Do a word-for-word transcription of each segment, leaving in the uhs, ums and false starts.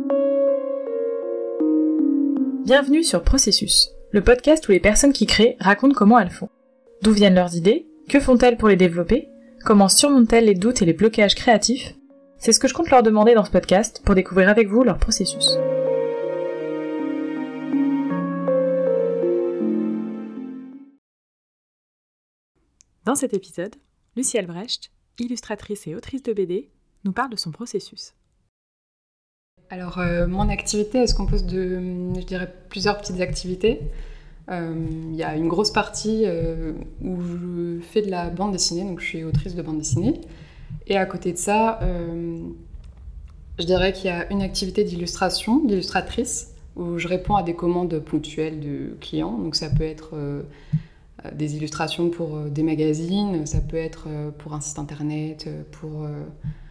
Bienvenue sur Processus, le podcast où les personnes qui créent racontent comment elles font. D'où viennent leurs idées? Que font-elles pour les développer? Comment surmontent-elles les doutes et les blocages créatifs? C'est ce que je compte leur demander dans ce podcast pour découvrir avec vous leur processus. Dans cet épisode, Lucie Albrecht, illustratrice et autrice de B D, nous parle de son processus. Alors, euh, mon activité, elle se compose de, je dirais, plusieurs petites activités. Il euh, y a une grosse partie euh, où je fais de la bande dessinée, donc je suis autrice de bande dessinée. Et à côté de ça, euh, je dirais qu'il y a une activité d'illustration, d'illustratrice, où je réponds à des commandes ponctuelles de clients. Donc ça peut être euh, des illustrations pour euh, des magazines, ça peut être euh, pour un site internet, pour... Euh,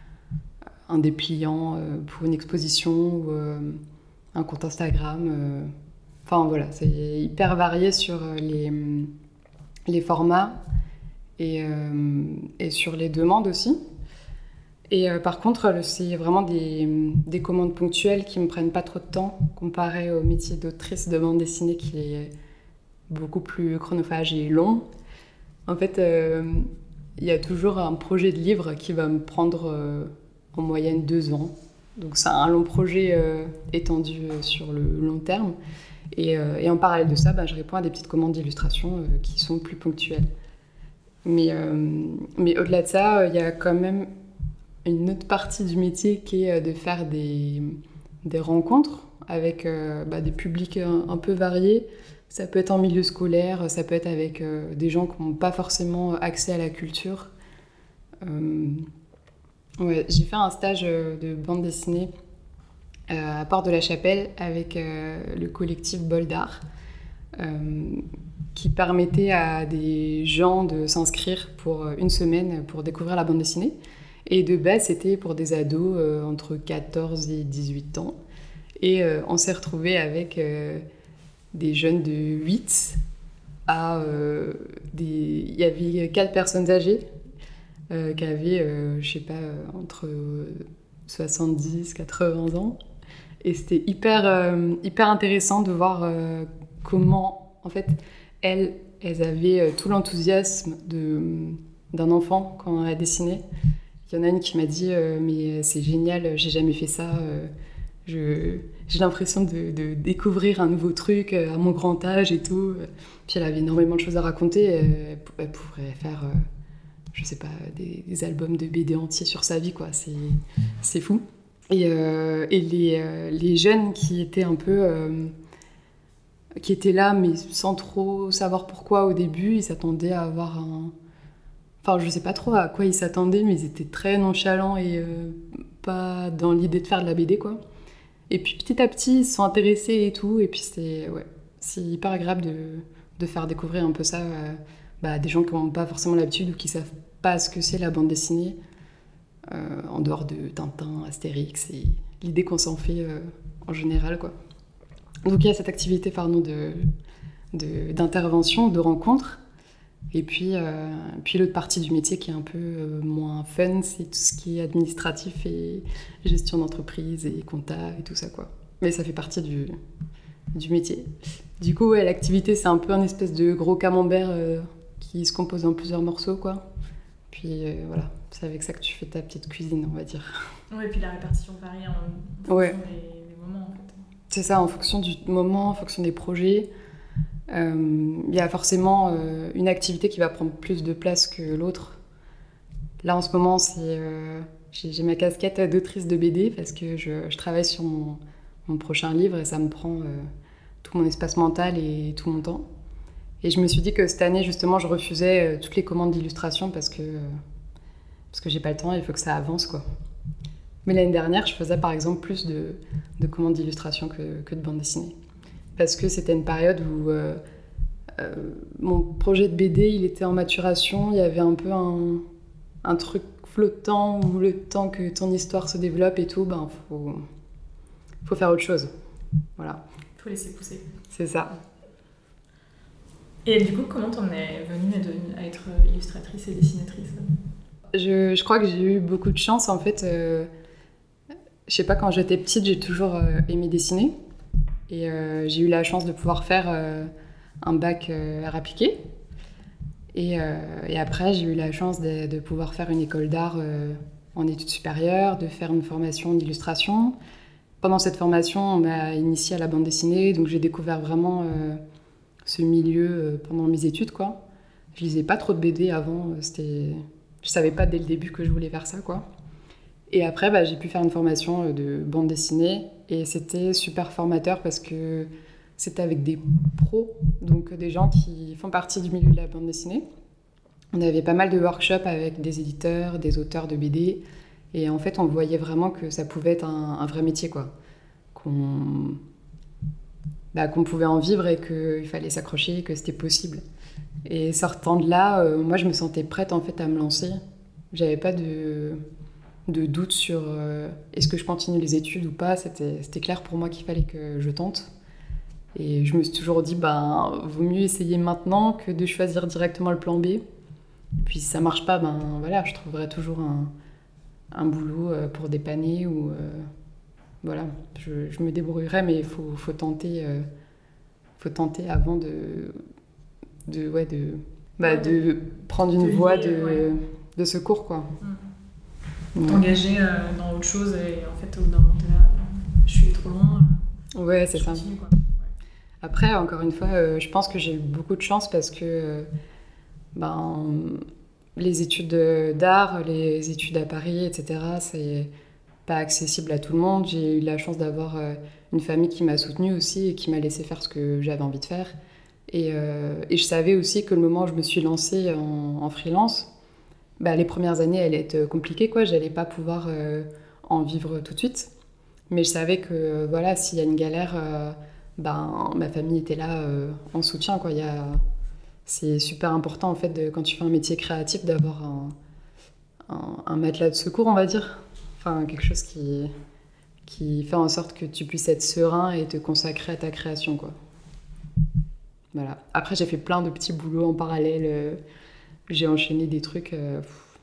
un dépliant euh, pour une exposition ou euh, un compte Instagram. Euh. Enfin voilà, c'est hyper varié sur les, les formats et, euh, et sur les demandes aussi. Et euh, par contre, c'est vraiment des, des commandes ponctuelles qui ne me prennent pas trop de temps comparé au métier d'autrice de bande dessinée qui est beaucoup plus chronophage et long. En fait, euh, il y a toujours un projet de livre qui va me prendre... Euh, en moyenne deux ans. Donc c'est un long projet euh, étendu euh, sur le long terme. Et, euh, et en parallèle de ça, bah, je réponds à des petites commandes d'illustration euh, qui sont plus ponctuelles. Mais, euh, mais au-delà de ça, il y a quand même une autre partie du métier qui est de faire des, des rencontres avec euh, bah, des publics un, un peu variés. Ça peut être en milieu scolaire, ça peut être avec euh, des gens qui n'ont pas forcément accès à la culture. Euh, Ouais, j'ai fait un stage de bande dessinée euh, à Port-de-la-Chapelle avec euh, le collectif Bol d'Art euh, qui permettait à des gens de s'inscrire pour une semaine pour découvrir la bande dessinée. Et de base, c'était pour des ados euh, entre quatorze et dix-huit ans. Et euh, on s'est retrouvés avec euh, des jeunes de huit à... Euh, des... Il y avait quatre personnes âgées. Euh, qui avait, euh, je sais pas, euh, entre soixante-dix quatre-vingts ans. Et c'était hyper, euh, hyper intéressant de voir euh, comment, en fait, elles, elles avaient euh, tout l'enthousiasme de, d'un enfant quand elle dessinait. Il y en a une qui m'a dit euh, « mais c'est génial, j'ai jamais fait ça, euh, je, j'ai l'impression de, de découvrir un nouveau truc euh, à mon grand âge et tout ». Puis elle avait énormément de choses à raconter, euh, elle pourrait faire... Euh, je sais pas, des, des albums de B D entiers sur sa vie, quoi. C'est, c'est fou. Et, euh, et les, euh, les jeunes qui étaient un peu... Euh, qui étaient là, mais sans trop savoir pourquoi au début, ils s'attendaient à avoir un... Enfin, je sais pas trop à quoi ils s'attendaient, mais ils étaient très nonchalants et euh, pas dans l'idée de faire de la B D, quoi. Et puis petit à petit, ils se sont intéressés et tout, et puis c'est, ouais, c'est hyper agréable de, de faire découvrir un peu ça euh, bah, à des gens qui n'ont pas forcément l'habitude ou qui savent pas ce que c'est la bande dessinée, euh, en dehors de Tintin, Astérix, et l'idée qu'on s'en fait euh, en général, quoi. Donc il y a cette activité pardon, de, de, d'intervention, de rencontre, et puis, euh, puis l'autre partie du métier qui est un peu euh, moins fun, c'est tout ce qui est administratif et gestion d'entreprise et compta et tout ça, quoi. Mais ça fait partie du, du métier. Du coup, ouais, l'activité, c'est un peu un espèce de gros camembert euh, qui se compose en plusieurs morceaux, quoi. Puis euh, voilà, c'est avec ça que tu fais ta petite cuisine, on va dire. Oui, et puis la répartition varie en fonction ouais. des, des moments, en fait. C'est ça, en fonction du moment, en fonction des projets. Il euh, y a forcément euh, une activité qui va prendre plus de place que l'autre. Là, en ce moment, c'est, euh, j'ai, j'ai ma casquette d'autrice de B D parce que je, je travaille sur mon, mon prochain livre et ça me prend euh, tout mon espace mental et tout mon temps. Et je me suis dit que cette année, justement, je refusais euh, toutes les commandes d'illustration parce que, euh, parce que j'ai pas le temps et il faut que ça avance, quoi. Mais l'année dernière, je faisais par exemple plus de, de commandes d'illustration que, que de bande dessinée. Parce que c'était une période où euh, euh, mon projet de B D, il était en maturation, il y avait un peu un, un truc flottant où le temps que ton histoire se développe et tout, ben faut, faut faire autre chose. Voilà. Faut laisser pousser. C'est ça. Et du coup, comment t'en es venue à, devenir, à être illustratrice et dessinatrice ? je, je crois que j'ai eu beaucoup de chance, en fait. Euh, je sais pas, quand j'étais petite, j'ai toujours euh, aimé dessiner. Et euh, j'ai eu la chance de pouvoir faire euh, un bac euh, art appliqué. Et, euh, et après, j'ai eu la chance de, de pouvoir faire une école d'art euh, en études supérieures, de faire une formation d'illustration. Pendant cette formation, on m'a initiée à la bande dessinée, donc j'ai découvert vraiment euh, ce milieu euh, pendant mes études, quoi. Je lisais pas trop de B D avant, c'était... je savais pas dès le début que je voulais faire ça, quoi. Et après, bah, j'ai pu faire une formation de bande dessinée, et c'était super formateur parce que c'était avec des pros, donc des gens qui font partie du milieu de la bande dessinée. On avait pas mal de workshops avec des éditeurs, des auteurs de B D, et en fait, on voyait vraiment que ça pouvait être un, un vrai métier, quoi. Qu'on, bah, qu'on pouvait en vivre et qu'il fallait s'accrocher, que c'était possible. Et sortant de là, euh, moi, je me sentais prête en fait à me lancer. J'avais pas de, de doute sur euh, est-ce que je continue les études ou pas. C'était, c'était clair pour moi qu'il fallait que je tente. Et je me suis toujours dit, ben, vaut mieux essayer maintenant que de choisir directement le plan B. Puis si ça marche pas, ben voilà, je trouverai toujours un, un boulot pour dépanner ou euh, voilà, je, je me débrouillerai, mais il faut, faut tenter, euh, faut tenter avant de, de, ouais, de, bah, de prendre une voie de, ouais. de secours, quoi. Mmh. Ouais. T'engager euh, dans autre chose et en fait au bout d'un moment t'es là, je suis trop loin. Ouais, c'est ça. Continue, quoi. Après, encore une fois, euh, je pense que j'ai eu beaucoup de chance parce que euh, ben, les études d'art, les études à Paris, et cetera, c'est pas accessible à tout le monde. J'ai eu la chance d'avoir euh, une famille qui m'a soutenue aussi et qui m'a laissé faire ce que j'avais envie de faire. Et, euh, et je savais aussi que le moment où je me suis lancée en, en freelance, bah, les premières années allaient être compliquées, quoi. J'allais pas pouvoir euh, en vivre tout de suite. Mais je savais que voilà, s'il y a une galère, euh, ben, ma famille était là euh, en soutien, quoi. Il y a... C'est super important en fait, de, quand tu fais un métier créatif, d'avoir un, un, un matelas de secours, on va dire. Enfin, quelque chose qui, qui fait en sorte que tu puisses être serein et te consacrer à ta création, quoi. Voilà. Après, j'ai fait plein de petits boulots en parallèle. Euh, j'ai enchaîné des trucs. Euh,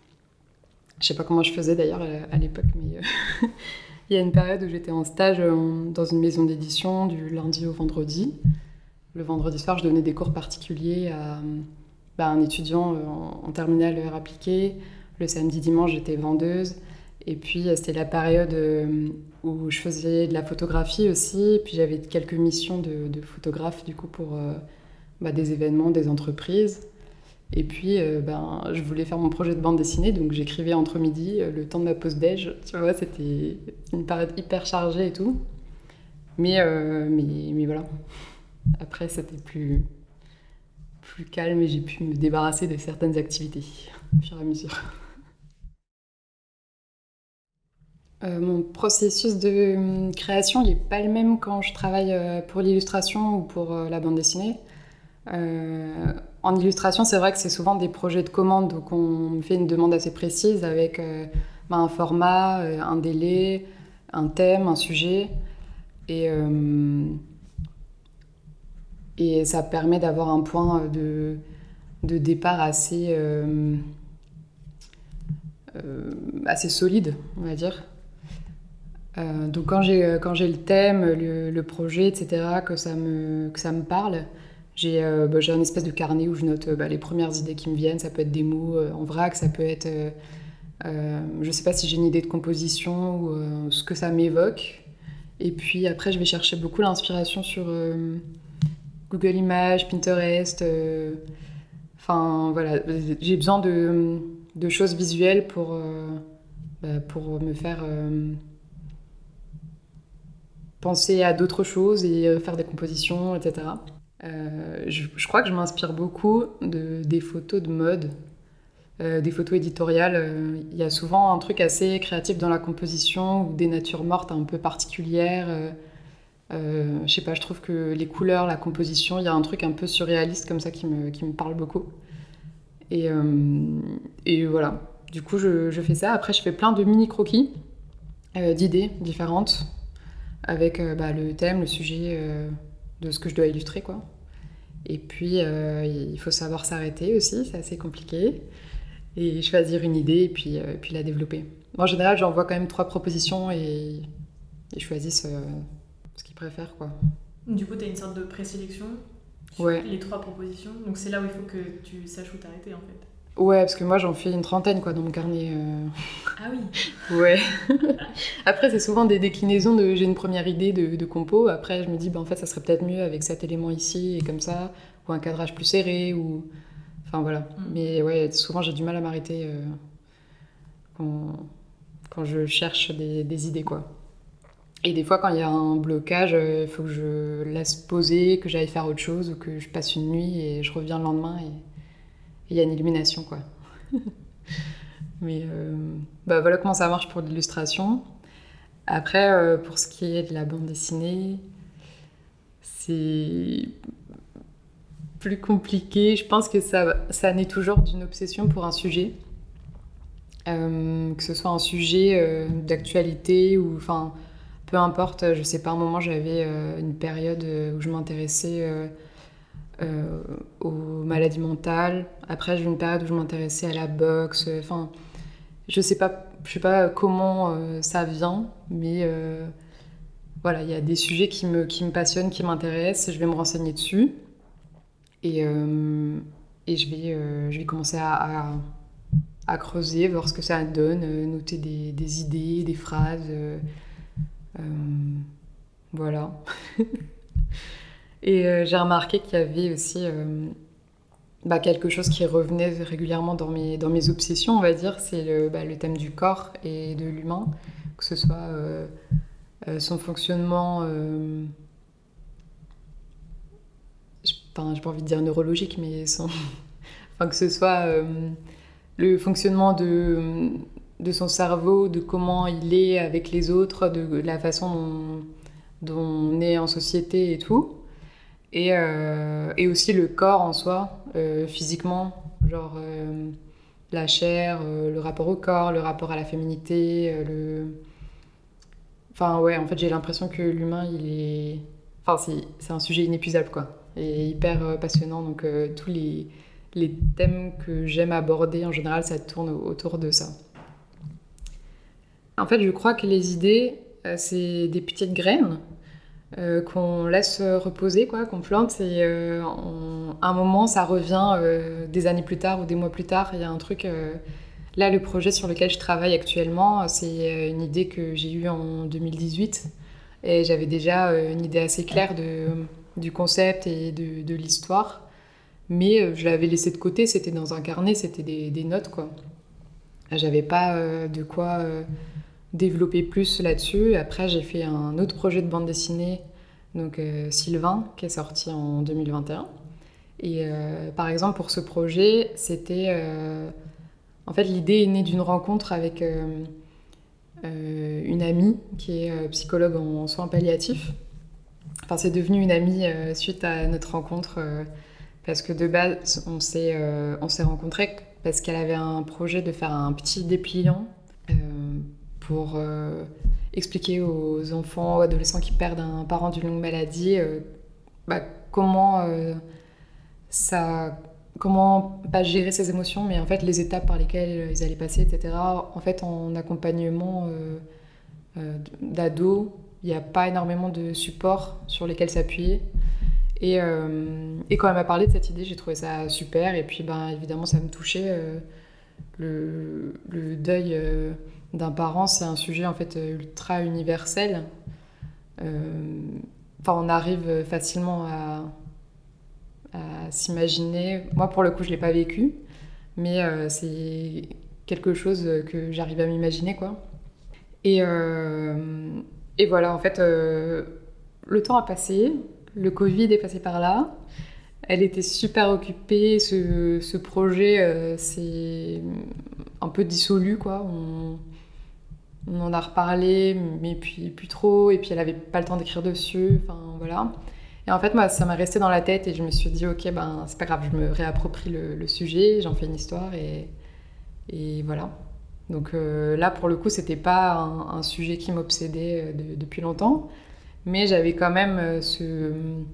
je sais pas comment je faisais d'ailleurs à, à l'époque, mais euh, il y a une période où j'étais en stage en, dans une maison d'édition du lundi au vendredi. Le vendredi soir, je donnais des cours particuliers à, bah, un étudiant en, en terminale art appliqué. Le samedi, dimanche, j'étais vendeuse. Et puis, c'était la période où je faisais de la photographie aussi. Et puis, j'avais quelques missions de, de photographe, du coup, pour euh, bah, des événements, des entreprises. Et puis, euh, ben, je voulais faire mon projet de bande dessinée, donc j'écrivais entre midi, le temps de ma pause déj. Tu vois, c'était une période hyper chargée et tout. Mais, euh, mais, mais voilà. Après, c'était plus, plus calme et j'ai pu me débarrasser de certaines activités au fur et à mesure. Euh, mon processus de création, il n'est pas le même quand je travaille pour l'illustration ou pour la bande dessinée. Euh, en illustration, c'est vrai que c'est souvent des projets de commande, donc on me fait une demande assez précise avec euh, ben, un format, euh, un délai, un thème, un sujet. Et... Euh, Et ça permet d'avoir un point de, de départ assez, euh, euh, assez solide, on va dire. Euh, donc quand j'ai, quand j'ai le thème, le, le projet, et cetera, que ça me, que ça me parle, j'ai, euh, bah, j'ai un espèce de carnet où je note bah, les premières idées qui me viennent. Ça peut être des mots euh, en vrac, ça peut être... Euh, euh, je ne sais pas si j'ai une idée de composition ou euh, ce que ça m'évoque. Et puis après, je vais chercher beaucoup l'inspiration sur... Euh, Google Images, Pinterest, euh, enfin voilà, j'ai besoin de, de choses visuelles pour, euh, bah, pour me faire euh, penser à d'autres choses et euh, faire des compositions, et cetera. Euh, je, je crois que je m'inspire beaucoup de, des photos de mode, euh, des photos éditoriales. Euh, il y a souvent un truc assez créatif dans la composition ou des natures mortes un peu particulières. Euh, Euh, je sais pas, je trouve que les couleurs, la composition, il y a un truc un peu surréaliste comme ça qui me, qui me parle beaucoup. Et, euh, et voilà, du coup je, je fais ça. Après je fais plein de mini croquis euh, d'idées différentes avec euh, bah, le thème, le sujet euh, de ce que je dois illustrer, quoi. Et puis euh, il faut savoir s'arrêter aussi, c'est assez compliqué. Et choisir une idée et puis, euh, puis la développer. En général, j'envoie quand même trois propositions et ils choisissent euh, ce qu'ils préfèrent, quoi. Du coup, tu as une sorte de présélection sur Ouais. les trois propositions. Donc c'est là où il faut que tu saches où t'arrêter en fait. Ouais, parce que moi j'en fais une trentaine quoi dans mon carnet. Euh... Ah oui. Ouais. Après, c'est souvent des déclinaisons de j'ai une première idée de, de compo. Après, je me dis, bah, en fait, ça serait peut-être mieux avec cet élément ici et comme ça, ou un cadrage plus serré, ou. Enfin voilà. Mm. Mais ouais, souvent j'ai du mal à m'arrêter euh, quand, quand je cherche des, des idées quoi. Et des fois, quand il y a un blocage, il euh, faut que je laisse poser, que j'aille faire autre chose, ou que je passe une nuit et je reviens le lendemain et il y a une illumination, quoi. Mais euh, bah, voilà comment ça marche pour l'illustration. Après, euh, pour ce qui est de la bande dessinée, c'est plus compliqué. Je pense que ça, ça naît toujours d'une obsession pour un sujet. Euh, que ce soit un sujet euh, d'actualité ou... enfin. Peu importe, je sais pas, à un moment j'avais euh, une période où je m'intéressais euh, euh, aux maladies mentales. Après j'ai eu une période où je m'intéressais à la boxe. Enfin, je sais pas, je sais pas comment euh, ça vient, mais euh, voilà, il y a des sujets qui me, qui me passionnent, qui m'intéressent. Je vais me renseigner dessus et, euh, et je, vais, euh, je vais commencer à, à, à creuser, voir ce que ça donne, euh, noter des, des idées, des phrases. Euh, Euh, voilà. Et euh, j'ai remarqué qu'il y avait aussi euh, bah, quelque chose qui revenait régulièrement dans mes, dans mes obsessions, on va dire, c'est le, bah, le thème du corps et de l'humain, que ce soit euh, euh, son fonctionnement, euh, j'ai pas envie de dire neurologique, mais son... enfin, que ce soit euh, le fonctionnement de... de son cerveau, de comment il est avec les autres, de la façon dont, dont on est en société et tout. Et, euh, et aussi le corps en soi, euh, physiquement, genre euh, la chair, euh, le rapport au corps, le rapport à la féminité, euh, le... Enfin ouais, en fait j'ai l'impression que l'humain, il est... Enfin c'est, c'est un sujet inépuisable quoi, et hyper euh, passionnant, donc euh, tous les, les thèmes que j'aime aborder en général, ça tourne autour de ça. En fait, je crois que les idées, euh, c'est des petites graines euh, qu'on laisse reposer, quoi, qu'on plante, et euh, on... à un moment, ça revient euh, des années plus tard ou des mois plus tard. Il y a un truc... Euh... Là, le projet sur lequel je travaille actuellement, c'est une idée que j'ai eue en deux mille dix-huit. Et j'avais déjà euh, une idée assez claire de, du concept et de, de l'histoire. Mais euh, je l'avais laissé de côté, c'était dans un carnet, c'était des, des notes, quoi. J'avais pas euh, de quoi... Euh... développer plus là-dessus. Après, j'ai fait un autre projet de bande dessinée, donc euh, Sylvain, qui est sorti en deux mille vingt et un. Et euh, par exemple, pour ce projet, c'était... Euh... En fait, l'idée est née d'une rencontre avec euh, euh, une amie qui est euh, psychologue en soins palliatifs. Enfin, c'est devenu une amie euh, suite à notre rencontre, euh, parce que de base, on s'est, euh, on s'est rencontrés parce qu'elle avait un projet de faire un petit dépliant euh, pour euh, expliquer aux enfants ou adolescents qui perdent un parent d'une longue maladie euh, bah, comment euh, ça, comment pas gérer ses émotions, mais en fait les étapes par lesquelles ils allaient passer, et cetera. En fait, en accompagnement euh, euh, d'ados, il n'y a pas énormément de supports sur lesquels s'appuyer. Et, euh, et quand elle m'a parlé de cette idée, j'ai trouvé ça super. Et puis, ben, évidemment, ça me touchait. Euh, le, le deuil euh, d'un parent, c'est un sujet en fait ultra universel. Euh, enfin, on arrive facilement à, à s'imaginer. Moi, pour le coup, je l'ai pas vécu, mais euh, c'est quelque chose que j'arrive à m'imaginer, quoi. Et, euh, et voilà, en fait, euh, le temps a passé, le Covid est passé par là. Elle était super occupée, ce, ce projet euh, s'est un peu dissolu, quoi. On, on en a reparlé, mais puis plus trop, et puis elle avait pas le temps d'écrire dessus, enfin voilà. Et en fait, moi, ça m'est resté dans la tête et je me suis dit, ok, ben c'est pas grave, je me réapproprie le, le sujet, j'en fais une histoire et, et voilà. Donc euh, là, pour le coup, c'était pas un, un sujet qui m'obsédait de, depuis longtemps, mais j'avais quand même euh, ce...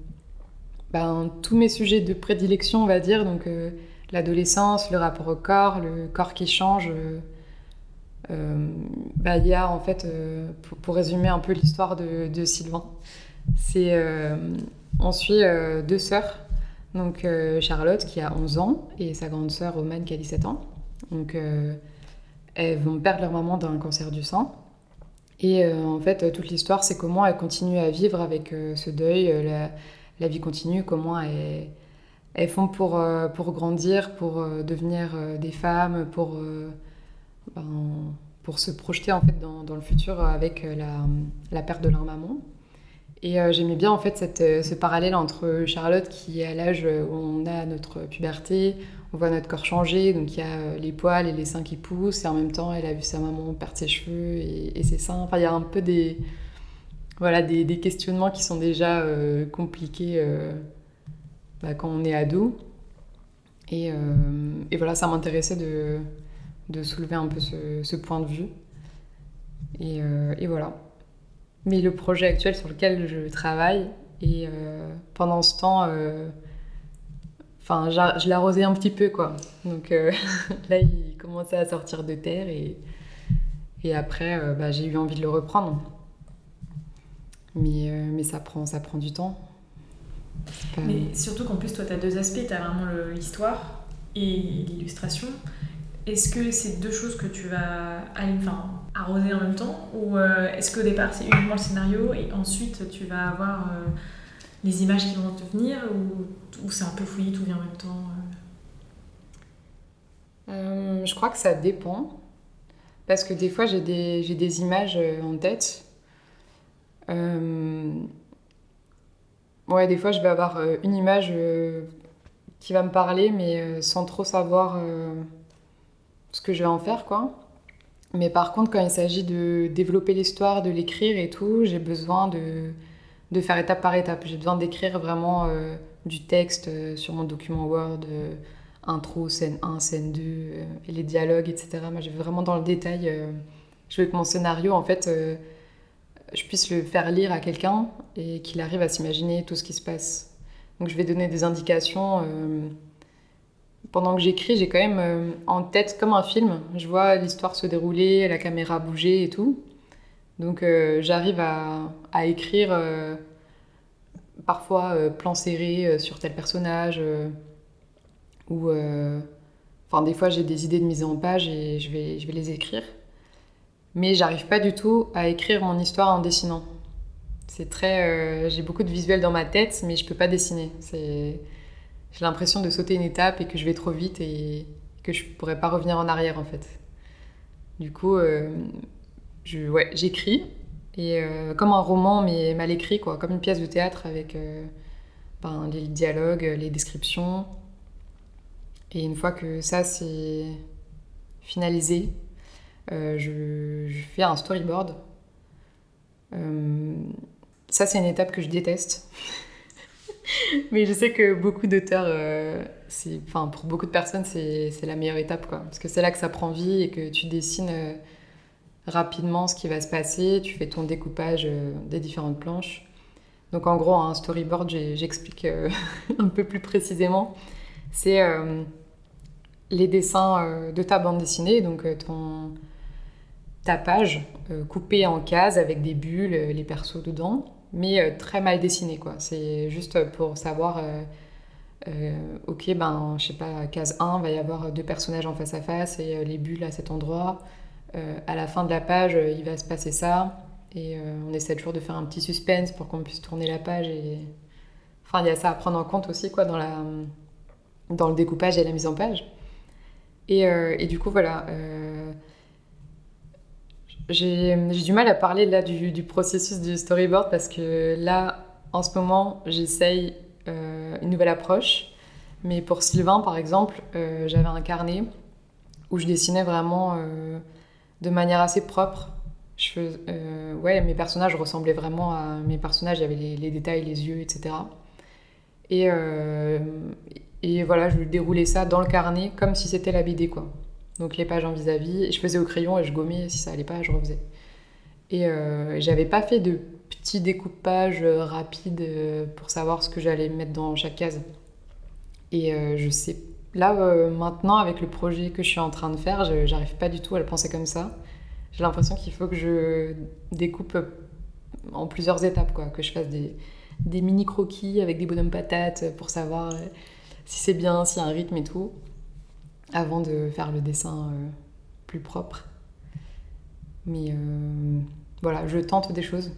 Ben, tous mes sujets de prédilection, on va dire, donc euh, l'adolescence, le rapport au corps, le corps qui change, euh, Euh, bah, il y a en fait, euh, pour, pour résumer un peu l'histoire de, de Sylvain, c'est euh, on suit euh, deux sœurs, donc euh, Charlotte qui a onze ans et sa grande sœur Romane qui a dix-sept ans. Donc euh, elles vont perdre leur maman d'un cancer du sang. Et euh, en fait, toute l'histoire, c'est comment elles continuent à vivre avec euh, ce deuil, euh, la, la vie continue, comment elles, elles font pour, euh, pour grandir, pour euh, devenir euh, des femmes, pour, euh, ben, pour se projeter en fait dans, dans le futur avec la, la perte de leur maman. Et euh, j'aimais bien en fait cette, ce parallèle entre Charlotte qui est à l'âge où on a notre puberté, on voit notre corps changer, donc il y a euh, les poils et les seins qui poussent, et en même temps elle a vu sa maman perdre ses cheveux et, et ses seins. Enfin il y a un peu des, voilà, des, des questionnements qui sont déjà euh, compliqués euh, bah, quand on est ado. Et, euh, et voilà, ça m'intéressait de, de soulever un peu ce, ce point de vue. Et, euh, et voilà. Mais le projet actuel sur lequel je travaille, et euh, pendant ce temps, euh, enfin, je l'arrosais un petit peu, quoi. Donc euh, là, il commençait à sortir de terre, et, et après, euh, bah, j'ai eu envie de le reprendre. Mais, euh, mais ça prend, ça prend du temps. Pas... Mais surtout qu'en plus, toi, tu as deux aspects. Tu as vraiment l'histoire et l'illustration. Est-ce que c'est deux choses que tu vas aller, enfin, arroser en même temps, ou euh, est-ce qu'au départ c'est uniquement le scénario et ensuite tu vas avoir euh, les images qui vont te venir, ou, ou c'est un peu fouillis, tout vient en même temps euh... Euh, Je crois que ça dépend, parce que des fois j'ai des, j'ai des images en tête. Euh... Ouais, des fois je vais avoir une image euh, qui va me parler, mais euh, sans trop savoir euh, ce que je vais en faire, quoi. Mais par contre, quand il s'agit de développer l'histoire, de l'écrire et tout, j'ai besoin de, de faire étape par étape. J'ai besoin d'écrire vraiment euh, du texte euh, sur mon document Word, euh, intro, scène un, scène deux, euh, et les dialogues, et cetera. Moi, j'ai vraiment dans le détail. Euh, je veux que mon scénario, en fait, euh, je puisse le faire lire à quelqu'un et qu'il arrive à s'imaginer tout ce qui se passe. Donc, je vais donner des indications. Euh, Pendant que j'écris, j'ai quand même euh, en tête comme un film. Je vois l'histoire se dérouler, la caméra bouger et tout. Donc euh, j'arrive à, à écrire euh, parfois euh, plan serré euh, sur tel personnage. Euh, ou euh, enfin des fois j'ai des idées de mise en page et je vais, je vais les écrire. Mais j'arrive pas du tout à écrire mon histoire en dessinant. C'est très, euh, j'ai beaucoup de visuels dans ma tête, mais je peux pas dessiner. C'est J'ai l'impression de sauter une étape et que je vais trop vite et que je pourrais pas revenir en arrière, en fait. Du coup, euh, je, ouais, j'écris, et euh, comme un roman, mais mal écrit, quoi, comme une pièce de théâtre avec euh, ben, les dialogues, les descriptions. Et une fois que ça, c'est finalisé, euh, je, je fais un storyboard. Euh, ça, c'est une étape que je déteste. Mais je sais que beaucoup d'auteurs, euh, enfin, pour beaucoup de personnes, c'est, c'est la meilleure étape, quoi. Parce que c'est là que ça prend vie et que tu dessines euh, rapidement ce qui va se passer, tu fais ton découpage euh, des différentes planches. Donc en gros, un storyboard, j'ai, j'explique euh, un peu plus précisément. C'est euh, les dessins euh, de ta bande dessinée, donc euh, ton, ta page euh, coupée en cases avec des bulles, euh, les persos dedans, mais euh, très mal dessiné, quoi. C'est juste pour savoir, euh, euh, ok, ben, je sais pas, case un, il va y avoir deux personnages en face à face et euh, les bulles à cet endroit. Euh, à la fin de la page, euh, il va se passer ça. Et euh, on essaie toujours de faire un petit suspense pour qu'on puisse tourner la page. Et... Enfin, il y a ça à prendre en compte aussi, quoi, dans, la, dans le découpage et la mise en page. Et, euh, et du coup, voilà... Euh, J'ai, j'ai du mal à parler là du, du processus du storyboard parce que là, en ce moment, j'essaye euh, une nouvelle approche. Mais pour Sylvain, par exemple, euh, j'avais un carnet où je dessinais vraiment euh, de manière assez propre. Je fais, euh, ouais, mes personnages ressemblaient vraiment à mes personnages. Il y avait les, les détails, les yeux, et cetera. Et, euh, et voilà, je déroulais ça dans le carnet comme si c'était la B D, quoi. Donc les pages en vis-à-vis, je faisais au crayon et je gommais, si ça allait pas, je refaisais. Et euh, j'avais pas fait de petits découpages rapides pour savoir ce que j'allais mettre dans chaque case. Et euh, je sais là, euh, maintenant, avec le projet que je suis en train de faire, je, j'arrive pas du tout à le penser comme ça. J'ai l'impression qu'il faut que je découpe en plusieurs étapes, quoi, que je fasse des, des mini croquis avec des bonhommes patates pour savoir si c'est bien, s'il y a un rythme et tout, avant de faire le dessin euh, plus propre. Mais euh, voilà, je tente des choses.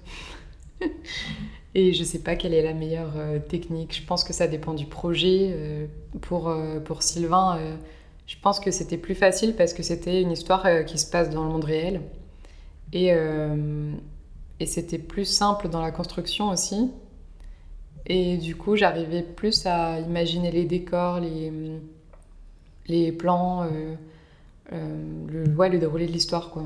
Et je sais pas quelle est la meilleure euh, technique. Je pense que ça dépend du projet. Euh, pour, euh, pour Sylvain, euh, je pense que c'était plus facile parce que c'était une histoire euh, qui se passe dans le monde réel. Et, euh, et c'était plus simple dans la construction aussi. Et du coup, j'arrivais plus à imaginer les décors, les, les plans, euh, euh, le, ouais, le déroulé de l'histoire, quoi.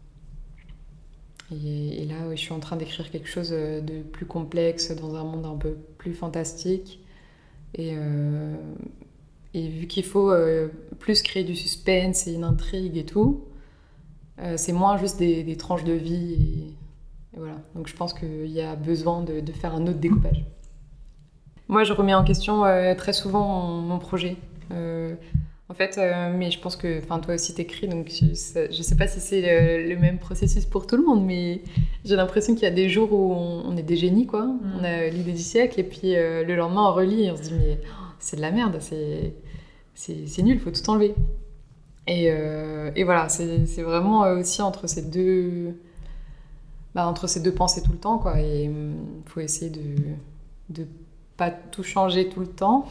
Et, et là, ouais, je suis en train d'écrire quelque chose de plus complexe dans un monde un peu plus fantastique. Et, euh, et vu qu'il faut euh, plus créer du suspense et une intrigue et tout, euh, c'est moins juste des, des tranches de vie. Et, et voilà. Donc je pense qu'il y a besoin de, de faire un autre découpage. Moi, je remets en question euh, très souvent mon, mon projet. Euh, En fait, euh, mais je pense que, enfin, toi aussi t'écris, donc je, ça, je sais pas si c'est le, le même processus pour tout le monde, mais j'ai l'impression qu'il y a des jours où on, on est des génies, quoi. Mm. On a l'idée du siècle, et puis euh, le lendemain on relit et on se dit mais oh, c'est de la merde, c'est, c'est, c'est nul, faut tout enlever. Et, euh, et voilà, c'est, c'est vraiment aussi entre ces deux, bah, entre ces deux pensées tout le temps, quoi. Et il um, faut essayer de de pas tout changer tout le temps.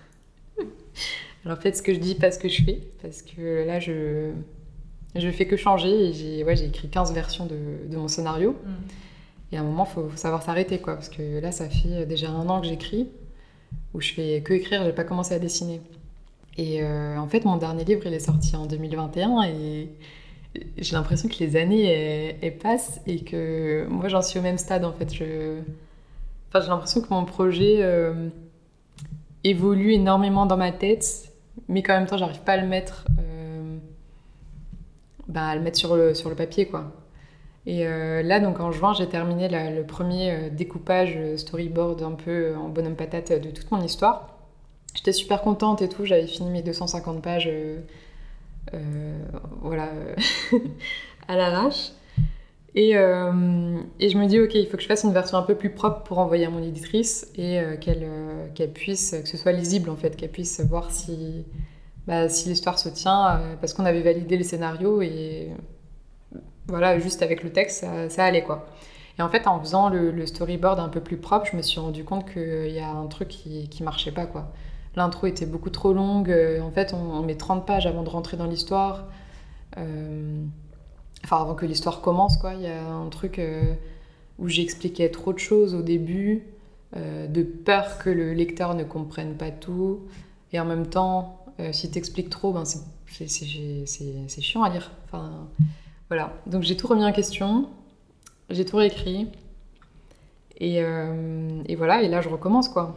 Alors faites ce que je dis, pas ce que je fais, parce que là, je je fais que changer et j'ai, ouais, j'ai écrit quinze versions de, de mon scénario. Mm. Et à un moment, il faut, faut savoir s'arrêter, quoi, parce que là, ça fait déjà un an que j'écris, où je fais que écrire, j'ai pas commencé à dessiner. Et euh, en fait, mon dernier livre, il est sorti en deux mille vingt et un, et j'ai l'impression que les années, elles, elles passent, et que moi, j'en suis au même stade, en fait. Je... Enfin, j'ai l'impression que mon projet euh, évolue énormément dans ma tête, mais qu'en même temps j'arrive pas à le mettre euh, bah, à le mettre sur le, sur le papier, quoi. Et euh, là, donc en juin, j'ai terminé la, le premier euh, découpage storyboard un peu en bonhomme patate de toute mon histoire. J'étais super contente et tout, j'avais fini mes deux cent cinquante pages euh, euh, voilà à l'arrache. Et, euh, et je me dis, ok, il faut que je fasse une version un peu plus propre pour envoyer à mon éditrice et euh, qu'elle, euh, qu'elle puisse, que ce soit lisible en fait, qu'elle puisse voir si, bah, si l'histoire se tient, euh, parce qu'on avait validé le scénario et voilà, juste avec le texte, ça, ça allait, quoi. Et en fait, en faisant le, le storyboard un peu plus propre, je me suis rendu compte qu'il y a un truc qui, qui marchait pas, quoi. L'intro était beaucoup trop longue, en fait, on, on met trente pages avant de rentrer dans l'histoire. Euh, Enfin, avant que l'histoire commence, quoi. Il y a un truc euh, où j'expliquais trop de choses au début, euh, de peur que le lecteur ne comprenne pas tout. Et en même temps, euh, si t'expliques trop, ben c'est, c'est, c'est, c'est, c'est chiant à lire. Enfin, voilà. Donc j'ai tout remis en question, j'ai tout réécrit. Et, euh, et voilà, et là je recommence, quoi.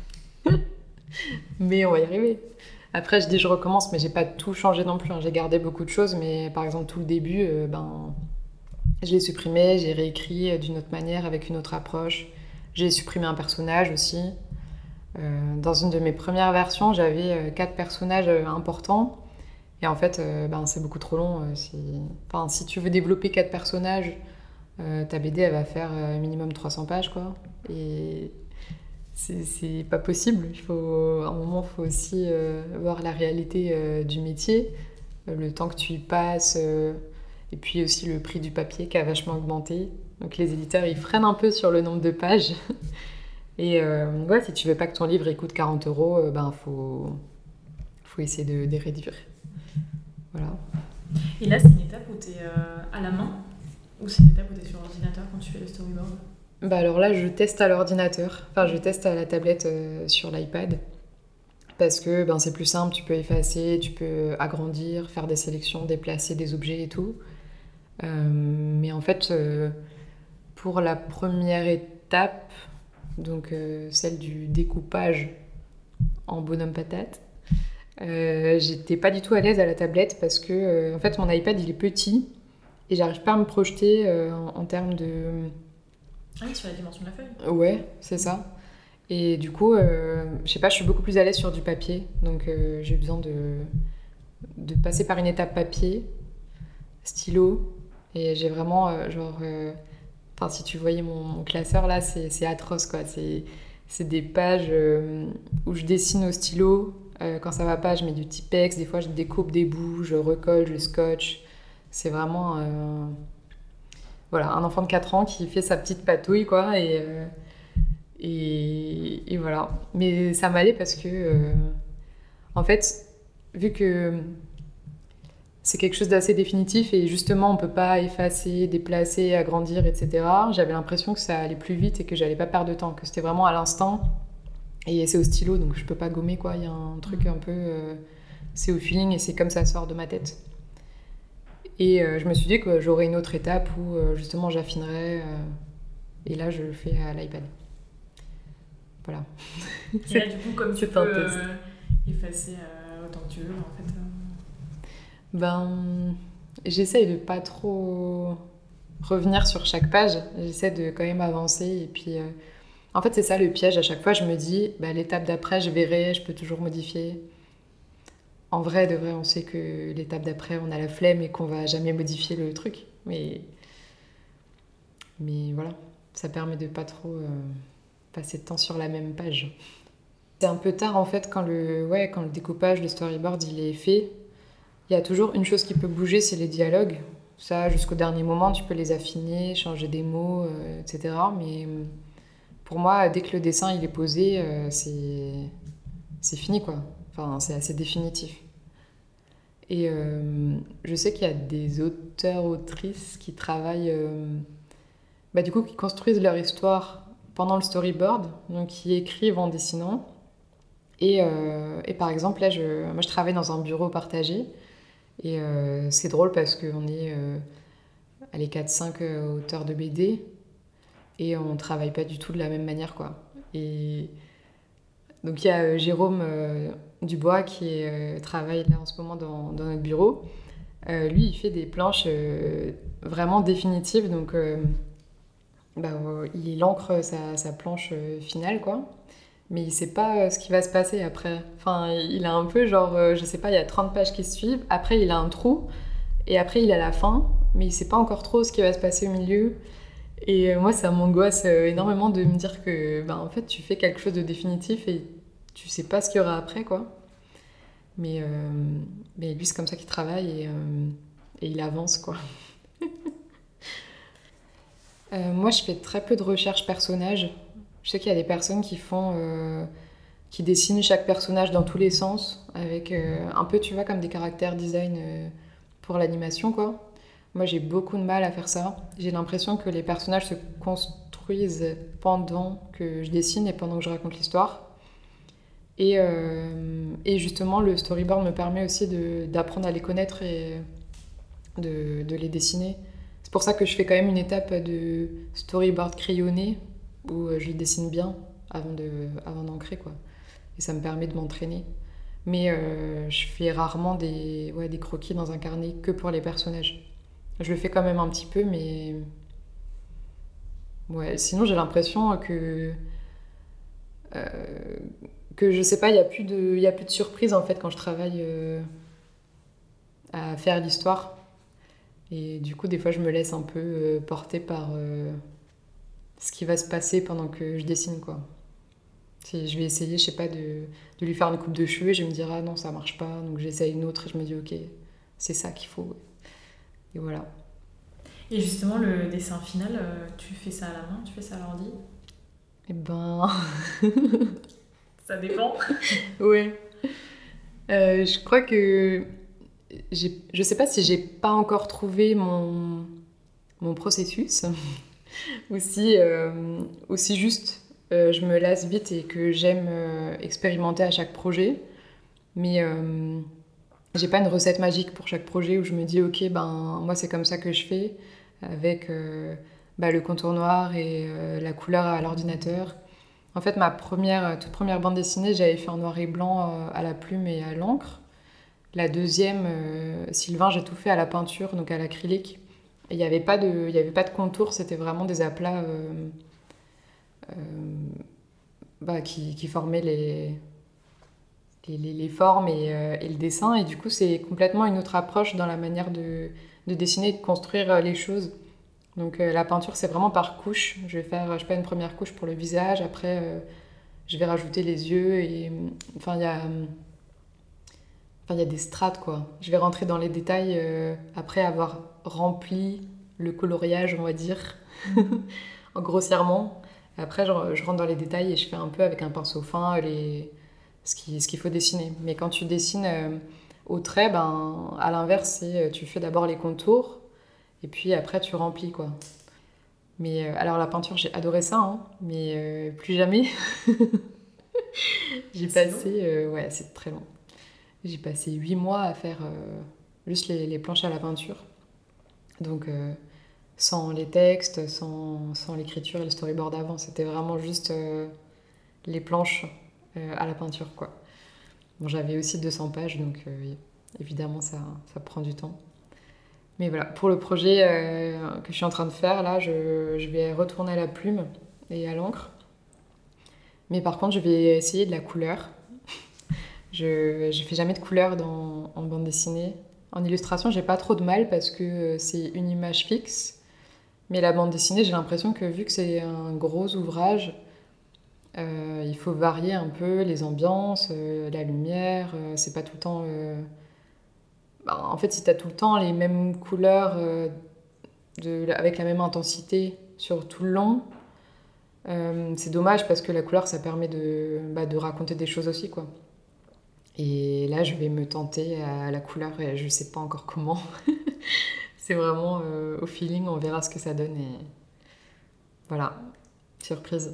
Mais on va y arriver. Après, je dis je recommence, mais j'ai pas tout changé non plus. Hein. J'ai gardé beaucoup de choses, mais par exemple, tout le début, euh, ben, je l'ai supprimé, j'ai réécrit d'une autre manière, avec une autre approche. J'ai supprimé un personnage aussi. Euh, dans une de mes premières versions, j'avais euh, quatre personnages euh, importants. Et en fait, euh, ben, c'est beaucoup trop long. Euh, si... Enfin, si tu veux développer quatre personnages, euh, ta B D, elle va faire euh, minimum trois cents pages, quoi. Et... C'est, c'est pas possible. Il faut, à un moment, il faut aussi euh, voir la réalité euh, du métier, euh, le temps que tu y passes, euh, et puis aussi le prix du papier qui a vachement augmenté. Donc les éditeurs, ils freinent un peu sur le nombre de pages. Et euh, ouais, si tu veux pas que ton livre il coûte quarante euros, euh, ben faut, faut essayer de, de réduire. Voilà. Et là, c'est une étape où tu es euh, à la main, ou c'est une étape où tu es sur ordinateur quand tu fais le storyboard? Bah alors là, je teste à l'ordinateur, enfin je teste à la tablette euh, sur l'iPad, parce que ben, c'est plus simple, tu peux effacer, tu peux agrandir, faire des sélections, déplacer des objets et tout. Euh, mais en fait, euh, pour la première étape, donc euh, celle du découpage en bonhomme patate, euh, j'étais pas du tout à l'aise à la tablette parce que euh, en fait mon iPad il est petit et j'arrive pas à me projeter euh, en, en termes de... Ah oui, sur la dimension de la feuille. Ouais, c'est ça. Et du coup, euh, je sais pas, je suis beaucoup plus à l'aise sur du papier. Donc euh, j'ai besoin de, de passer par une étape papier, stylo. Et j'ai vraiment, euh, genre... euh, Enfin, si tu voyais mon, mon classeur, là, c'est, c'est atroce, quoi. C'est, c'est des pages euh, où je dessine au stylo. Euh, quand ça va pas, je mets du Tipex. Des fois, je découpe des bouts, je recolle, je scotche. C'est vraiment... euh, voilà, un enfant de quatre ans qui fait sa petite patouille, quoi. Et, euh, et, et voilà. Mais ça m'allait parce que... euh, en fait, vu que c'est quelque chose d'assez définitif et justement on peut pas effacer, déplacer, agrandir, et cetera. J'avais l'impression que ça allait plus vite et que j'allais pas perdre de temps, que c'était vraiment à l'instant. Et c'est au stylo, donc je peux pas gommer, quoi. Il y a un truc un peu... euh, c'est au feeling et c'est comme ça sort de ma tête. Et euh, je me suis dit que j'aurais une autre étape où euh, justement j'affinerais. euh, et là, je le fais à l'iPad. Voilà. Et là, du coup, comme tu C'est peux un test. euh, effacer euh, autant que tu veux, en fait. euh, Ben, j'essaye de pas trop revenir sur chaque page. J'essaie de quand même avancer. Et puis, euh, en fait, c'est ça le piège. À chaque fois, je me dis, bah, l'étape d'après, je verrai, je peux toujours modifier. En vrai, de vrai, on sait que l'étape d'après, on a la flemme et qu'on va jamais modifier le truc. Mais, mais voilà, ça permet de pas trop euh, passer de temps sur la même page. C'est un peu tard en fait quand le, ouais, quand le découpage, le storyboard, il est fait. Il y a toujours une chose qui peut bouger, c'est les dialogues. Ça, jusqu'au dernier moment, tu peux les affiner, changer des mots, euh, et cetera. Mais euh, pour moi, dès que le dessin il est posé, euh, c'est c'est fini quoi. Enfin, c'est assez définitif. Et euh, je sais qu'il y a des auteurs, autrices qui travaillent, euh, bah, du coup, qui construisent leur histoire pendant le storyboard, donc qui écrivent en dessinant. Et, euh, et par exemple, là, je, moi, je travaille dans un bureau partagé. Et euh, c'est drôle parce qu'on est euh, allez, quatre cinq euh, auteurs de B D et on travaille pas du tout de la même manière, quoi. Et donc il y a euh, Jérôme euh, Dubois qui est, euh, travaille là en ce moment dans, dans notre bureau. Euh, lui, il fait des planches euh, vraiment définitives, donc euh, bah, euh, il encre sa, sa planche euh, finale, quoi. Mais il sait pas euh, ce qui va se passer après. Enfin, il a un peu genre, euh, je sais pas, il y a trente pages qui se suivent, après il a un trou, et après il a la fin, mais il sait pas encore trop ce qui va se passer au milieu. Et euh, moi, ça m'angoisse euh, énormément de me dire que, ben, en fait, tu fais quelque chose de définitif et tu sais pas ce qu'il y aura après, quoi. Mais, euh, mais lui, c'est comme ça qu'il travaille et, euh, et il avance, quoi. Euh, moi, je fais très peu de recherche personnage. Je sais qu'il y a des personnes qui font, euh, qui dessinent chaque personnage dans tous les sens, avec euh, un peu, tu vois, comme des caractères design euh, pour l'animation, quoi. Moi, j'ai beaucoup de mal à faire ça. J'ai l'impression que les personnages se construisent pendant que je dessine et pendant que je raconte l'histoire. Et, euh, et justement, le storyboard me permet aussi de, d'apprendre à les connaître et de, de les dessiner. C'est pour ça que je fais quand même une étape de storyboard crayonné où je les dessine bien avant, de, avant d'ancrer, quoi. Et ça me permet de m'entraîner. Mais euh, je fais rarement des, ouais, des croquis dans un carnet que pour les personnages. Je le fais quand même un petit peu, mais ouais. Sinon, j'ai l'impression que euh, que je sais pas, il y a plus de, il y a plus de surprise en fait quand je travaille euh, à faire l'histoire. Et du coup, des fois, je me laisse un peu euh, porter par euh, ce qui va se passer pendant que je dessine, quoi. Si je vais essayer, je sais pas, de, de lui faire une coupe de cheveux, et je vais me dire ah non, ça marche pas, donc j'essaye une autre et je me dis ok, c'est ça qu'il faut. Et voilà. Et justement, le dessin final, euh, tu fais ça à la main, tu fais ça à l'ordi? Et ben, Ça dépend. ouais. Euh, je crois que j'ai, je sais pas si j'ai pas encore trouvé mon, mon processus, ou si, euh, ou si juste euh, je me lasse vite et que j'aime euh, expérimenter à chaque projet. Mais euh, j'ai pas une recette magique pour chaque projet où je me dis ok, ben moi c'est comme ça que je fais, avec euh, bah, le contour noir et euh, la couleur à l'ordinateur. En fait, ma première, toute première bande dessinée, j'avais fait en noir et blanc euh, à la plume et à l'encre. La deuxième, euh, Sylvain, j'ai tout fait à la peinture, donc à l'acrylique. Et il n'y avait pas de, il y avait pas de contour, c'était vraiment des aplats euh, euh, bah, qui, qui formait les, les, les, les formes et, euh, et le dessin. Et du coup, c'est complètement une autre approche dans la manière de, de dessiner et de construire les choses. Donc euh, la peinture, c'est vraiment par couche. Je vais faire, je sais pas, une première couche pour le visage, après euh, je vais rajouter les yeux et enfin il y a enfin il y a des strates quoi. Je vais rentrer dans les détails euh, après avoir rempli le coloriage, on va dire, grossièrement. Après je, je rentre dans les détails et je fais un peu avec un pinceau fin les ce qui ce qu'il faut dessiner. Mais quand tu dessines euh, au trait, ben à l'inverse, c'est tu fais d'abord les contours et puis après tu remplis quoi. Mais euh, alors la peinture, j'ai adoré ça, hein, mais euh, plus jamais. J'ai C'est passé, euh, ouais, c'est très long. J'ai passé huit mois à faire euh, juste les, les planches à la peinture. Donc euh, sans les textes, sans, sans l'écriture et le storyboard avant, c'était vraiment juste euh, les planches euh, à la peinture, quoi. Bon, j'avais aussi deux cents pages, donc euh, évidemment ça, ça prend du temps. Mais voilà, pour le projet euh, que je suis en train de faire, là, je, je vais retourner à la plume et à l'encre. Mais par contre, je vais essayer de la couleur. Je ne fais jamais de couleur dans, en bande dessinée. En illustration, j'ai pas trop de mal parce que c'est une image fixe. Mais la bande dessinée, j'ai l'impression que vu que c'est un gros ouvrage, euh, il faut varier un peu les ambiances, euh, la lumière. Euh, c'est pas tout le temps. Euh... Bah, en fait, si tu as tout le temps les mêmes couleurs euh, de, avec la même intensité sur tout le long, euh, c'est dommage parce que la couleur, ça permet de, bah, de raconter des choses aussi, quoi. Et là, je vais me tenter à la couleur et je sais pas encore comment. C'est vraiment euh, au feeling, on verra ce que ça donne et voilà, surprise.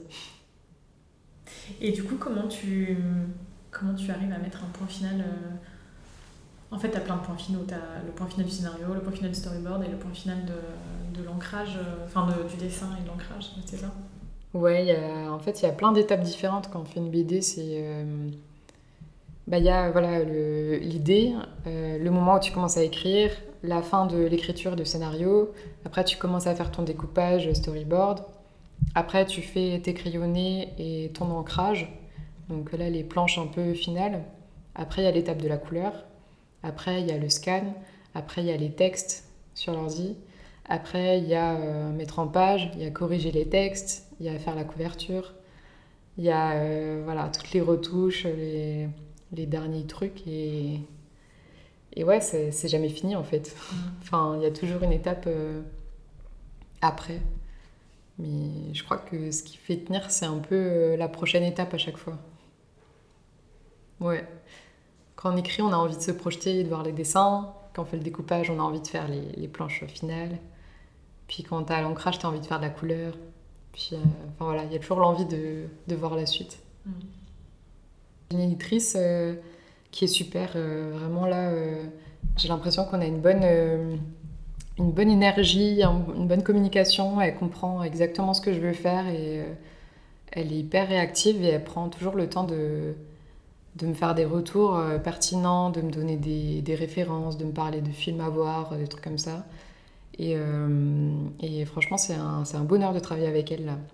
Et du coup, comment tu, comment tu arrives à mettre un point final euh... En fait, tu as plein de points finaux. Tu as le point final du scénario, le point final du storyboard et le point final de, de l'ancrage, euh, enfin de, du dessin et de l'ancrage, c'est ça? Ouais, y a, en fait, il y a plein d'étapes différentes quand on fait une B D. C'est, euh, bah, y a voilà, le, l'idée, euh, le moment où tu commences à écrire, la fin de l'écriture du scénario. Après, tu commences à faire ton découpage, storyboard. Après, tu fais tes crayonnés et ton ancrage. Donc là, les planches un peu finales. Après, il y a l'étape de la couleur. Après, il y a le scan. Après, il y a les textes sur l'ordi. Après, il y a euh, mettre en page. Il y a corriger les textes. Il y a faire la couverture. Il y a euh, voilà, toutes les retouches, les, les derniers trucs. Et, et ouais, c'est, c'est jamais fini en fait. Enfin, il y a toujours une étape euh, après. Mais je crois que ce qui fait tenir, c'est un peu euh, la prochaine étape à chaque fois. Ouais. Quand on écrit, on a envie de se projeter et de voir les dessins. Quand on fait le découpage, on a envie de faire les, les planches finales. Puis quand t'as l'ancrage, t'as envie de faire de la couleur. Puis, euh, enfin voilà, il y a toujours l'envie de, de voir la suite. Mm. Une éditrice euh, qui est super. Euh, vraiment là, euh, j'ai l'impression qu'on a une bonne, euh, une bonne énergie, une bonne communication. Elle comprend exactement ce que je veux faire et euh, elle est hyper réactive et elle prend toujours le temps de de me faire des retours euh, pertinents, de me donner des, des références, de me parler de films à voir, des trucs comme ça. Et, euh, et franchement, c'est un, c'est un bonheur de travailler avec elle, là.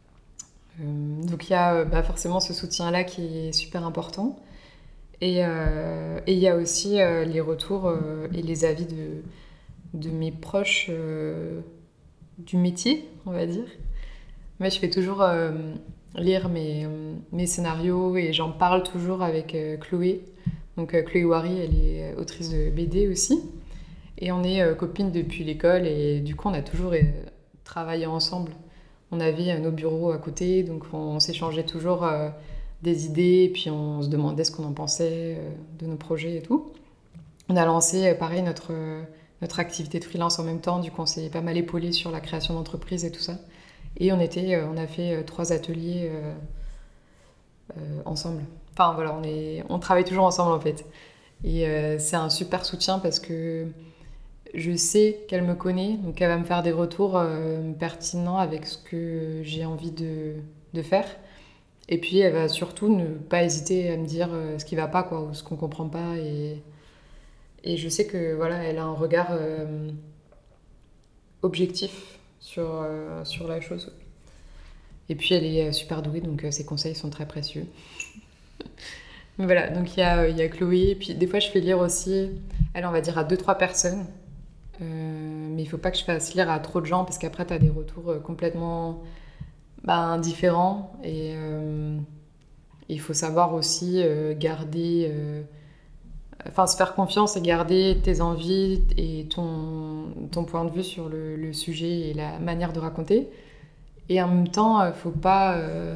Euh, donc il y a euh, bah, forcément ce soutien-là qui est super important. Et euh, et il y a aussi euh, les retours euh, et les avis de, de mes proches euh, du métier, on va dire. Moi, je fais toujours euh, lire mes, mes scénarios et j'en parle toujours avec euh, Chloé. Donc euh, Chloé Wary, elle est autrice de B D aussi. Et on est euh, copines depuis l'école et du coup on a toujours euh, travaillé ensemble. On avait euh, nos bureaux à côté, donc on, on s'échangeait toujours euh, des idées et puis on se demandait ce qu'on en pensait euh, de nos projets et tout. On a lancé euh, pareil notre, euh, notre activité de freelance en même temps, du coup on s'est pas mal épaulé sur la création d'entreprise et tout ça. Et on, était, euh, on a fait euh, trois ateliers euh, euh, ensemble. Enfin voilà, on, est, on travaille toujours ensemble en fait. Et euh, c'est un super soutien parce que je sais qu'elle me connaît, donc elle va me faire des retours euh, pertinents avec ce que j'ai envie de, de faire. Et puis elle va surtout ne pas hésiter à me dire euh, ce qui va pas, quoi, ou ce qu'on comprend pas. Et, et je sais que voilà, elle a un regard euh, objectif sur, euh, sur la chose. Et puis elle est super douée, donc ses conseils sont très précieux. Mais voilà, donc il y a, il y a Chloé, et puis des fois je fais lire aussi, elle on va dire à deux trois personnes, euh, mais il faut pas que je fasse lire à trop de gens parce qu'après t'as des retours complètement ben, différents, et euh, il faut savoir aussi euh, garder, euh, enfin se faire confiance et garder tes envies et ton, ton point de vue sur le, le sujet et la manière de raconter, et en même temps il faut pas... Euh,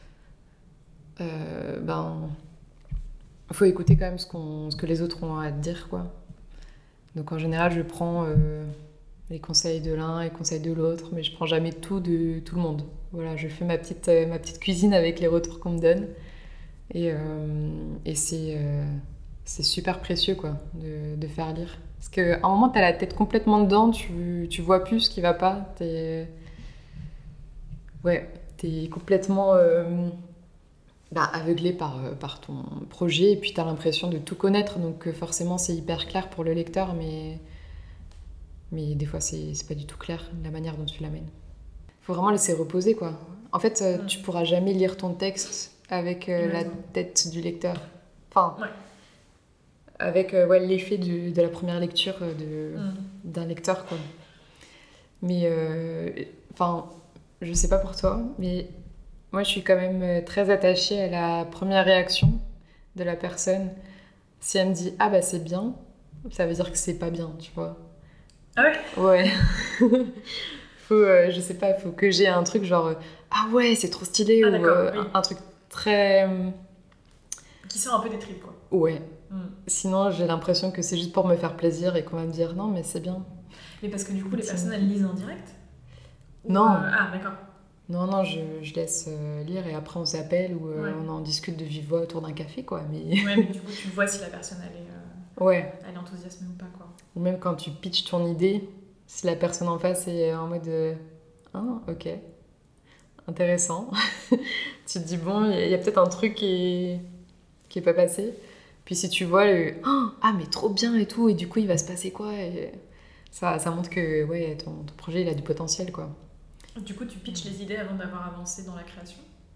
euh, ben... Il faut écouter quand même ce, qu'on, ce que les autres ont à te dire, quoi. Donc en général, je prends euh, les conseils de l'un et les conseils de l'autre, mais je prends jamais tout de tout le monde. Voilà, je fais ma petite, euh, ma petite cuisine avec les retours qu'on me donne. Et, euh, et c'est, euh, c'est super précieux, quoi, de, de faire lire. Parce qu'à un moment, t'as la tête complètement dedans, tu, tu vois plus ce qui va pas. T'es... Ouais, t'es complètement... Euh... Bah, aveuglé par, par ton projet, et puis tu as l'impression de tout connaître, donc forcément c'est hyper clair pour le lecteur, mais, mais des fois c'est, c'est pas du tout clair la manière dont tu l'amènes. Faut vraiment laisser reposer, quoi. En fait, euh, tu pourras jamais lire ton texte avec euh, la tête du lecteur. Enfin, ouais. avec euh, ouais, l'effet de, de la première lecture de, mm. d'un lecteur, quoi. Mais, euh, enfin, je sais pas pour toi, mais... Moi, je suis quand même très attachée à la première réaction de la personne. Si elle me dit « Ah bah c'est bien », ça veut dire que c'est pas bien, tu vois. Ah ouais ? Ouais. faut, euh, je sais pas, faut que j'ai un truc genre « Ah ouais, c'est trop stylé » ah, ou euh, oui. un, un truc très... Qui sort un peu des tripes, quoi. Ouais. Mm. Sinon, j'ai l'impression que c'est juste pour me faire plaisir et qu'on va me dire « Non, mais c'est bien ». Mais parce que du coup, les personnes, elles lisent en direct ? Non. Ou, euh... Ah, d'accord. Non, non, je, je laisse euh, lire et après on s'appelle ou euh, ouais. on en discute de vive voix autour d'un café, quoi. Mais... Ouais, mais du coup, tu vois si la personne, elle est, euh, ouais. elle est enthousiasmée ou pas, quoi. Ou même quand tu pitches ton idée, si la personne en face est en mode euh, « Ah, ok, intéressant », tu te dis « Bon, il y, y a peut-être un truc qui est, qui est pas passé ». Puis si tu vois le oh, « Ah, mais trop bien et tout, et du coup, il va se passer quoi ?» et ça, ça montre que ouais, ton, ton projet, il a du potentiel, quoi. Du coup, tu pitches les idées avant d'avoir avancé dans la création ?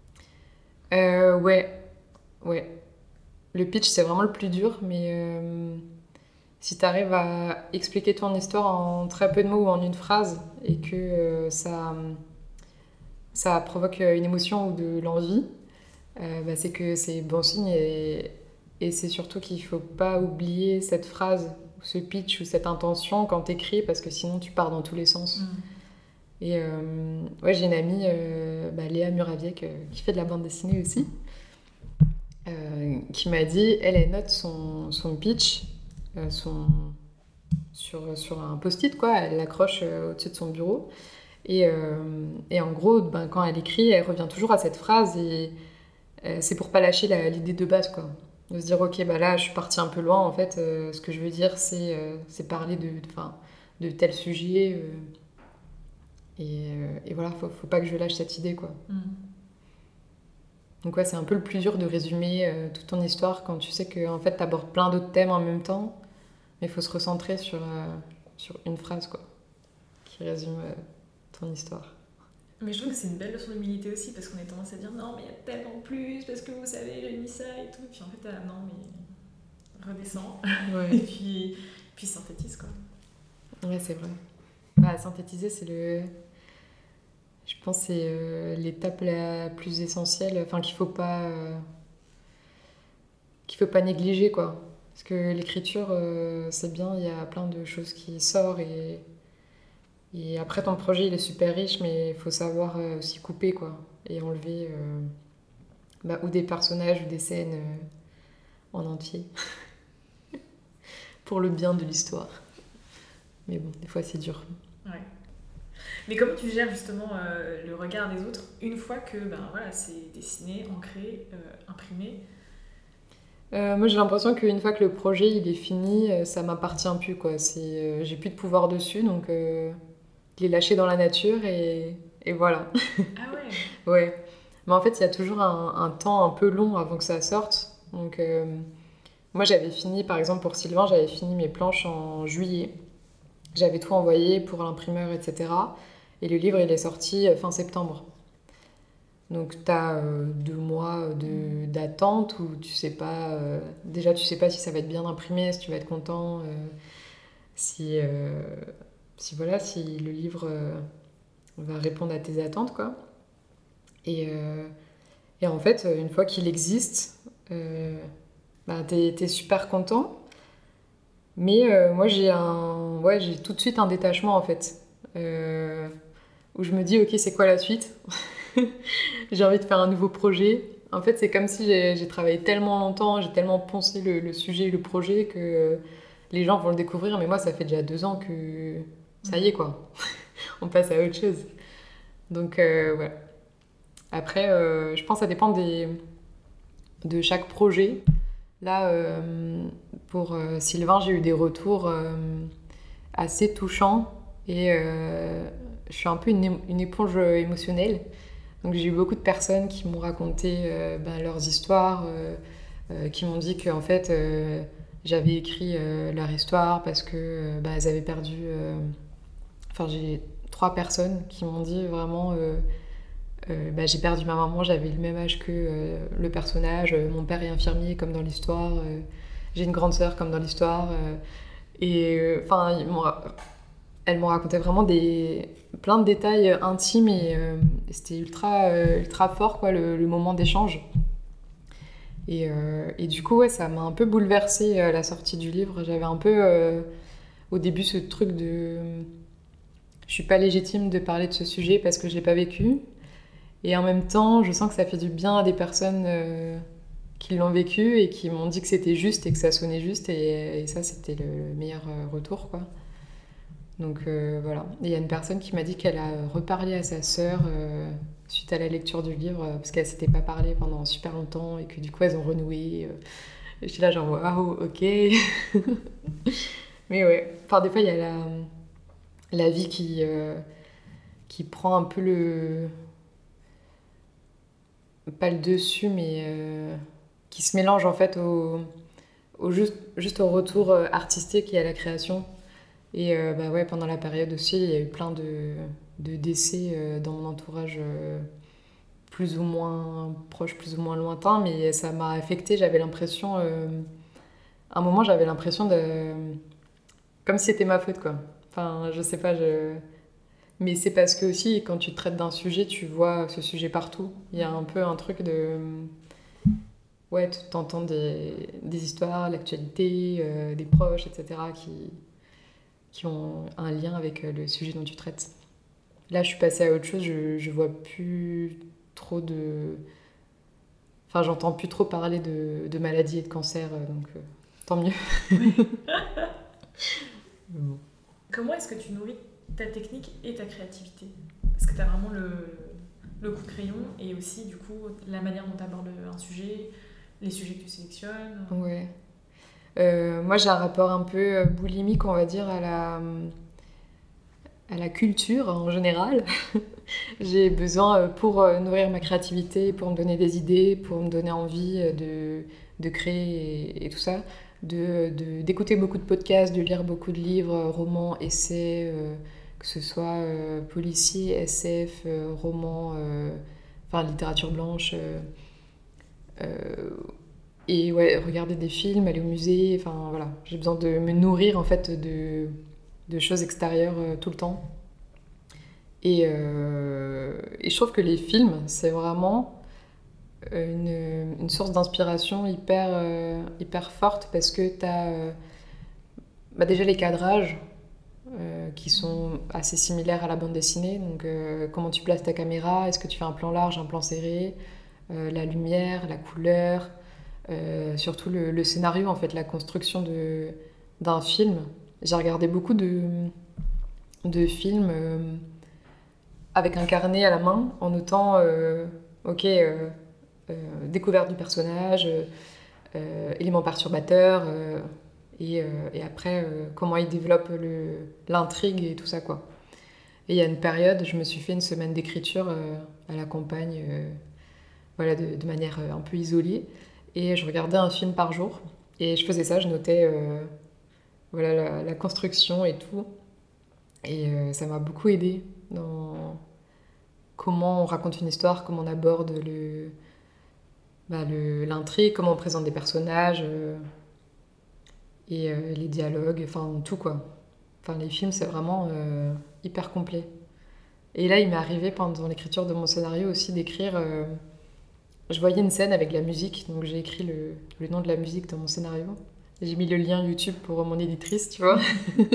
euh, Ouais, ouais. Le pitch, c'est vraiment le plus dur, mais euh, si tu arrives à expliquer ton histoire en très peu de mots ou en une phrase et que euh, ça, ça provoque une émotion ou de l'envie, euh, bah, c'est que c'est bon signe, et, et c'est surtout qu'il ne faut pas oublier cette phrase, ou ce pitch ou cette intention quand tu écris, parce que sinon tu pars dans tous les sens. Mmh. Et euh, ouais, j'ai une amie, euh, bah, Léa Muraviec, euh, qui fait de la bande dessinée aussi, euh, qui m'a dit, elle, elle note son, son pitch euh, son, sur, sur un post-it, quoi, elle l'accroche euh, au-dessus de son bureau. Et, euh, et en gros, ben, quand elle écrit, elle revient toujours à cette phrase, et euh, c'est pour pas lâcher la, l'idée de base, quoi. De se dire, ok, bah là, je suis partie un peu loin, en fait, euh, ce que je veux dire, c'est, euh, c'est parler de, de, de tel sujet... Euh, Et, euh, et voilà, faut, faut pas que je lâche cette idée, quoi. Mm. Donc ouais, c'est un peu le plus dur de résumer euh, toute ton histoire quand tu sais que en fait, t'abordes plein d'autres thèmes en même temps, mais il faut se recentrer sur, euh, sur une phrase, quoi, qui résume euh, ton histoire. Mais je trouve que c'est une belle leçon d'humilité aussi, parce qu'on a tendance à dire non, mais il y a tellement plus, parce que vous savez, j'ai mis ça et tout. Puis en fait, ah, non, mais redescends. Ouais. et puis, puis synthétise, quoi. Ouais, c'est vrai. Bah, synthétiser, c'est le... Je pense que c'est euh, l'étape la plus essentielle, enfin qu'il faut pas euh, qu'il faut pas négliger, quoi. Parce que l'écriture, euh, c'est bien, il y a plein de choses qui sortent, et, et après ton projet il est super riche, mais il faut savoir euh, aussi couper, quoi, et enlever euh, bah, ou des personnages ou des scènes euh, en entier pour le bien de l'histoire. Mais bon, des fois c'est dur. Ouais. Mais comment tu gères justement euh, le regard des autres une fois que ben, voilà, c'est dessiné, ancré, euh, imprimé ? euh, Moi j'ai l'impression qu'une fois que le projet il est fini, ça m'appartient plus, quoi. C'est, euh, j'ai plus de pouvoir dessus, donc euh, je l'ai lâché dans la nature et, et voilà. Ah ouais. Ouais. Mais en fait il y a toujours un, un temps un peu long avant que ça sorte. Donc euh, moi j'avais fini, par exemple pour Sylvain, j'avais fini mes planches en juillet. J'avais tout envoyé pour l'imprimeur, et cetera. Et le livre, il est sorti fin septembre. Donc tu as euh, deux mois de, d'attente où tu sais pas... euh, déjà, tu sais pas si ça va être bien imprimé, si tu vas être content, euh, si, euh, si, voilà, si le livre euh, va répondre à tes attentes, quoi. Et, euh, et en fait, une fois qu'il existe, euh, bah, t'es, t'es super content. Mais euh, moi, j'ai un, ouais, j'ai tout de suite un détachement, en fait. Euh, où je me dis, ok, c'est quoi la suite? J'ai envie de faire un nouveau projet. En fait, c'est comme si j'ai, j'ai travaillé tellement longtemps, j'ai tellement poncé le, le sujet, le projet, que euh, les gens vont le découvrir. Mais moi, ça fait déjà deux ans que ça y est, quoi. On passe à autre chose. Donc, euh, ouais. Après, euh, je pense que ça dépend des, de chaque projet. Là, euh, pour euh, Sylvain, j'ai eu des retours euh, assez touchants et euh, je suis un peu une, une éponge émotionnelle. Donc j'ai eu beaucoup de personnes qui m'ont raconté euh, ben, leurs histoires, euh, euh, qui m'ont dit qu'en fait euh, j'avais écrit euh, leur histoire parce que euh, ben, elles avaient perdu. euh, Enfin, j'ai trois personnes qui m'ont dit vraiment euh, euh, ben, j'ai perdu ma maman, j'avais le même âge que euh, le personnage, euh, mon père est infirmier comme dans l'histoire, euh, j'ai une grande sœur comme dans l'histoire. euh, et euh, enfin, ils m'ont elles m'ont raconté vraiment des, plein de détails intimes et euh, c'était ultra, euh, ultra fort quoi, le, le moment d'échange. Et, euh, et du coup, ouais, ça m'a un peu bouleversée à la sortie du livre. J'avais un peu euh, au début ce truc de je suis pas légitime de parler de ce sujet parce que je l'ai pas vécu. Et en même temps, je sens que ça fait du bien à des personnes euh, qui l'ont vécu et qui m'ont dit que c'était juste et que ça sonnait juste. Et, et ça, c'était le meilleur euh, retour, quoi. Donc euh, voilà. Et il y a une personne qui m'a dit qu'elle a reparlé à sa sœur euh, suite à la lecture du livre euh, parce qu'elle s'était pas parlé pendant super longtemps et que du coup elles ont renoué. Euh, et j'étais là genre waouh, ok. Mais ouais. Enfin des fois il y a la, la vie qui euh, qui prend un peu le pas le dessus mais euh, qui se mélange en fait au, au juste juste au retour euh, artistique et à la création. Et euh, bah ouais, pendant la période aussi, il y a eu plein de, de décès euh, dans mon entourage, euh, plus ou moins proche, plus ou moins lointain, mais ça m'a affectée. J'avais l'impression, euh, à un moment, j'avais l'impression de. Comme si c'était ma faute, quoi. Enfin, je sais pas, je. Mais c'est parce que aussi, quand tu traites d'un sujet, tu vois ce sujet partout. Il y a un peu un truc de. Ouais, tu t'entends des, des histoires, l'actualité, euh, des proches, et cetera, qui, qui ont un lien avec euh, le sujet dont tu traites. Là, je suis passée à autre chose, je, je vois plus trop de. Enfin, j'entends plus trop parler de, de maladies et de cancer, euh, donc euh, tant mieux. Bon. Comment est-ce que tu nourris ta technique et ta créativité? Parce que tu as vraiment le, le coup de crayon et aussi, du coup, la manière dont tu abordes un sujet, les sujets que tu sélectionnes. Ouais. Euh, moi, j'ai un rapport un peu euh, boulimique, on va dire, à la, à la culture en général. J'ai besoin, euh, pour euh, nourrir ma créativité, pour me donner des idées, pour me donner envie euh, de, de créer et, et tout ça, de, de- d'écouter beaucoup de podcasts, de lire beaucoup de livres, romans, essais, euh, que ce soit euh, policier, S F, euh, romans, euh, enfin littérature blanche. euh, euh, et ouais, regarder des films, aller au musée, enfin voilà. J'ai besoin de me nourrir en fait de, de choses extérieures euh, tout le temps. Et, euh, et je trouve que les films, c'est vraiment une, une source d'inspiration hyper, euh, hyper forte parce que tu as bah déjà les cadrages euh, qui sont assez similaires à la bande dessinée. Donc, euh, comment tu places ta caméra, est-ce que tu fais un plan large, un plan serré, euh, la lumière, la couleur, euh, surtout le, le scénario, en fait, la construction de, d'un film. J'ai regardé beaucoup de, de films. Euh, avec un carnet à la main en notant euh, ok euh, euh, découverte du personnage, euh, euh, éléments perturbateurs euh, et, euh, et après euh, comment il développe le, l'intrigue et tout ça quoi. Et il y a une période, je me suis fait une semaine d'écriture euh, à la campagne, euh, voilà, de, de manière euh, un peu isolée, et je regardais un film par jour et je faisais ça, je notais euh, voilà la, la construction et tout, et euh, ça m'a beaucoup aidé dans comment on raconte une histoire, comment on aborde le, bah, le, l'intrigue, comment on présente des personnages euh, et euh, les dialogues, enfin tout quoi. Enfin les films c'est vraiment euh, hyper complet. Et là il m'est arrivé pendant l'écriture de mon scénario aussi d'écrire... Euh, je voyais une scène avec la musique, donc j'ai écrit le, le nom de la musique dans mon scénario. Et j'ai mis le lien YouTube pour mon éditrice, tu vois.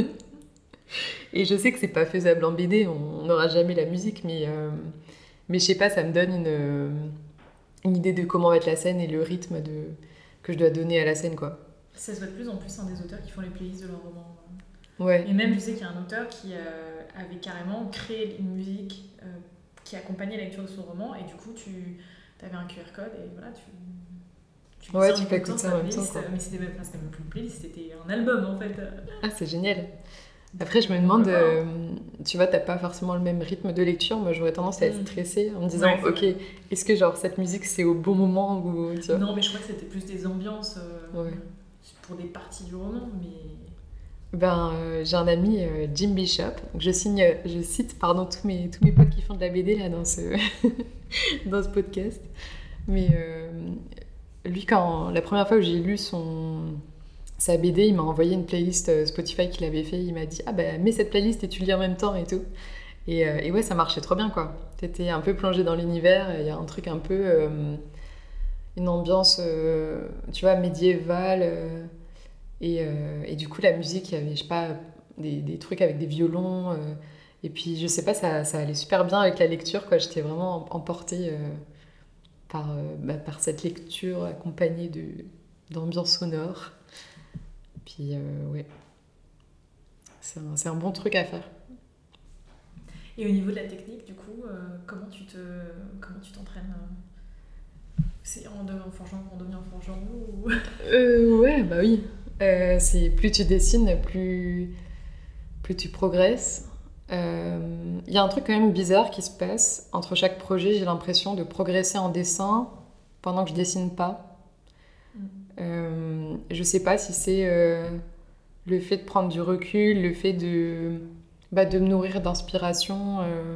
Et je sais que c'est pas faisable en B D, on n'aura jamais la musique, mais, euh, mais je sais pas, ça me donne une, une idée de comment va être la scène et le rythme de, que je dois donner à la scène, quoi. Ça se voit de plus en plus un des auteurs qui font les playlists de leurs romans. Ouais. Et même, je sais qu'il y a un auteur qui euh, avait carrément créé une musique euh, qui accompagnait la lecture de son roman, et du coup, tu avais un Q R code, et voilà, tu... Tu ouais, tu peux écouter ça en même temps. Quoi. Mais c'était même, enfin, c'était même plus une playlist, c'était un album en fait. Ah, c'est génial. Après, je me demande, euh, tu vois, t'as pas forcément le même rythme de lecture. Moi, j'aurais tendance à être stressée en me disant, ouais, ok, vrai. Est-ce que genre cette musique c'est au bon moment ou tu vois. Non, mais je crois que c'était plus des ambiances euh, ouais. pour des parties du roman, mais. Ben, euh, j'ai un ami, euh, Jim Bishop. Je signe, je cite, pardon, tous mes tous mes potes qui font de la B D là dans ce dans ce podcast. Mais euh, lui, quand la première fois que j'ai lu son sa B D, il m'a envoyé une playlist Spotify qu'il avait fait. Il m'a dit ah bah mets cette playlist et tu lis en même temps et tout. Et, euh, et ouais, ça marchait trop bien quoi. T'étais un peu plongé dans l'univers. Il y a un truc un peu euh, une ambiance, euh, tu vois, médiévale. Euh, et, euh, et du coup, la musique, il y avait je sais pas des, des trucs avec des violons. Euh, et puis je sais pas, ça, ça allait super bien avec la lecture quoi. J'étais vraiment emportée euh, par euh, bah, par cette lecture accompagnée de d'ambiance sonore. Puis, euh, ouais, c'est un, c'est un bon truc à faire. Et au niveau de la technique, du coup, euh, comment tu te, comment tu t'entraînes euh, c'est en devenant forgeant, en devenant forgeant ou... euh, Ouais, bah oui. Euh, c'est plus tu dessines, plus, plus tu progresses. Il euh, y a un truc quand même bizarre qui se passe. Entre chaque projet, j'ai l'impression de progresser en dessin pendant que je dessine pas. Mm. Euh, je sais pas si c'est... Euh, le fait de prendre du recul, le fait de, bah, de me nourrir d'inspiration, euh,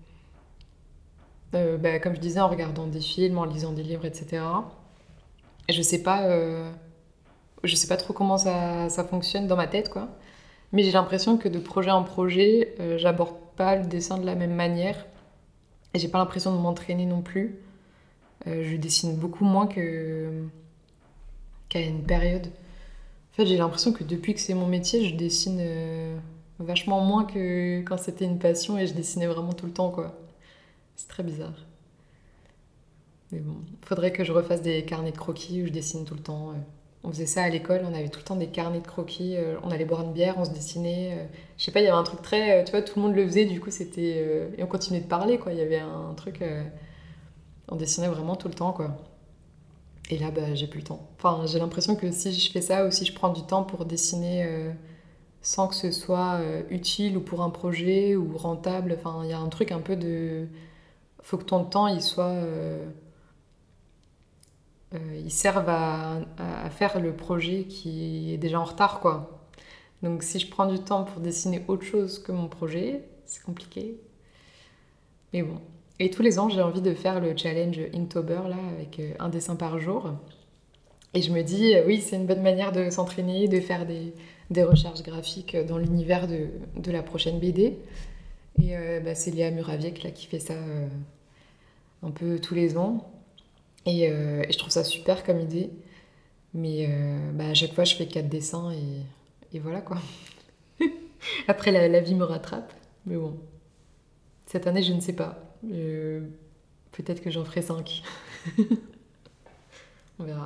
euh, bah, comme je disais, en regardant des films, en lisant des livres, et cetera. Et je sais pas, euh, je sais pas trop comment ça, ça fonctionne dans ma tête, quoi. Mais j'ai l'impression que de projet en projet, euh, j'aborde pas le dessin de la même manière. Et j'ai pas l'impression de m'entraîner non plus. Euh, je dessine beaucoup moins que, qu'à une période. En fait, j'ai l'impression que depuis que c'est mon métier, je dessine euh, vachement moins que quand c'était une passion et je dessinais vraiment tout le temps, quoi. C'est très bizarre. Mais bon, faudrait que je refasse des carnets de croquis où je dessine tout le temps. On faisait ça à l'école, on avait tout le temps des carnets de croquis. On allait boire une bière, on se dessinait. Je sais pas, il y avait un truc très... Tu vois, tout le monde le faisait, du coup, c'était... Et on continuait de parler, quoi. Il y avait un truc... On dessinait vraiment tout le temps, quoi. Et là, bah, j'ai plus le temps. Enfin, j'ai l'impression que si je fais ça ou si je prends du temps pour dessiner euh, sans que ce soit euh, utile ou pour un projet ou rentable, enfin, il y a un truc un peu de... Faut que ton temps, il soit... Euh... Euh, il serve à, à faire le projet qui est déjà en retard, quoi. Donc si je prends du temps pour dessiner autre chose que mon projet, c'est compliqué. Mais bon. Et tous les ans, j'ai envie de faire le challenge Inktober, là, avec un dessin par jour. Et je me dis, oui, c'est une bonne manière de s'entraîner, de faire des, des recherches graphiques dans l'univers de, de la prochaine B D. Et euh, bah, c'est Léa Muraviec, là, qui fait ça euh, un peu tous les ans. Et, euh, et je trouve ça super comme idée. Mais euh, bah, à chaque fois, je fais quatre dessins et, et voilà, quoi. Après, la, la vie me rattrape. Mais bon. Cette année, je ne sais pas. Euh, peut-être que j'en ferai cinq. On verra.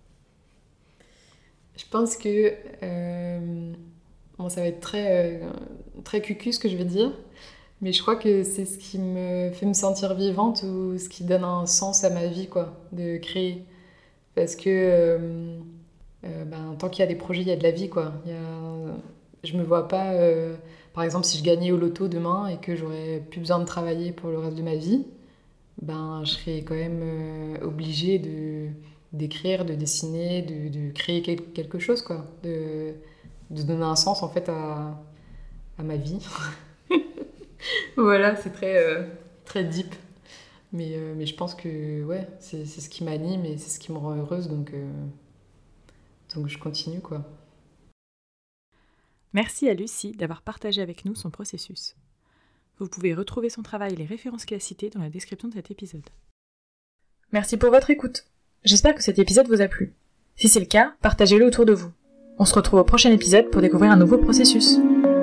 Je pense que... Euh, bon, ça va être très, euh, très cucu ce que je vais dire. Mais je crois que c'est ce qui me fait me sentir vivante ou ce qui donne un sens à ma vie, quoi, de créer. Parce que... Euh, euh, ben, tant qu'il y a des projets, il y a de la vie, quoi. Il y a... Je me vois pas... Euh, par exemple, si je gagnais au loto demain et que j'aurais plus besoin de travailler pour le reste de ma vie, ben, je serais quand même euh, obligée de, d'écrire, de dessiner, de, de créer quelque chose, quoi. De, de donner un sens, en fait, à, à ma vie. Voilà, c'est très, euh, très deep. Mais, euh, mais je pense que ouais, c'est, c'est ce qui m'anime et c'est ce qui me rend heureuse, donc, euh, donc je continue, quoi. Merci à Lucie d'avoir partagé avec nous son processus. Vous pouvez retrouver son travail et les références qu'elle a citées dans la description de cet épisode. Merci pour votre écoute. J'espère que cet épisode vous a plu. Si c'est le cas, partagez-le autour de vous. On se retrouve au prochain épisode pour découvrir un nouveau processus.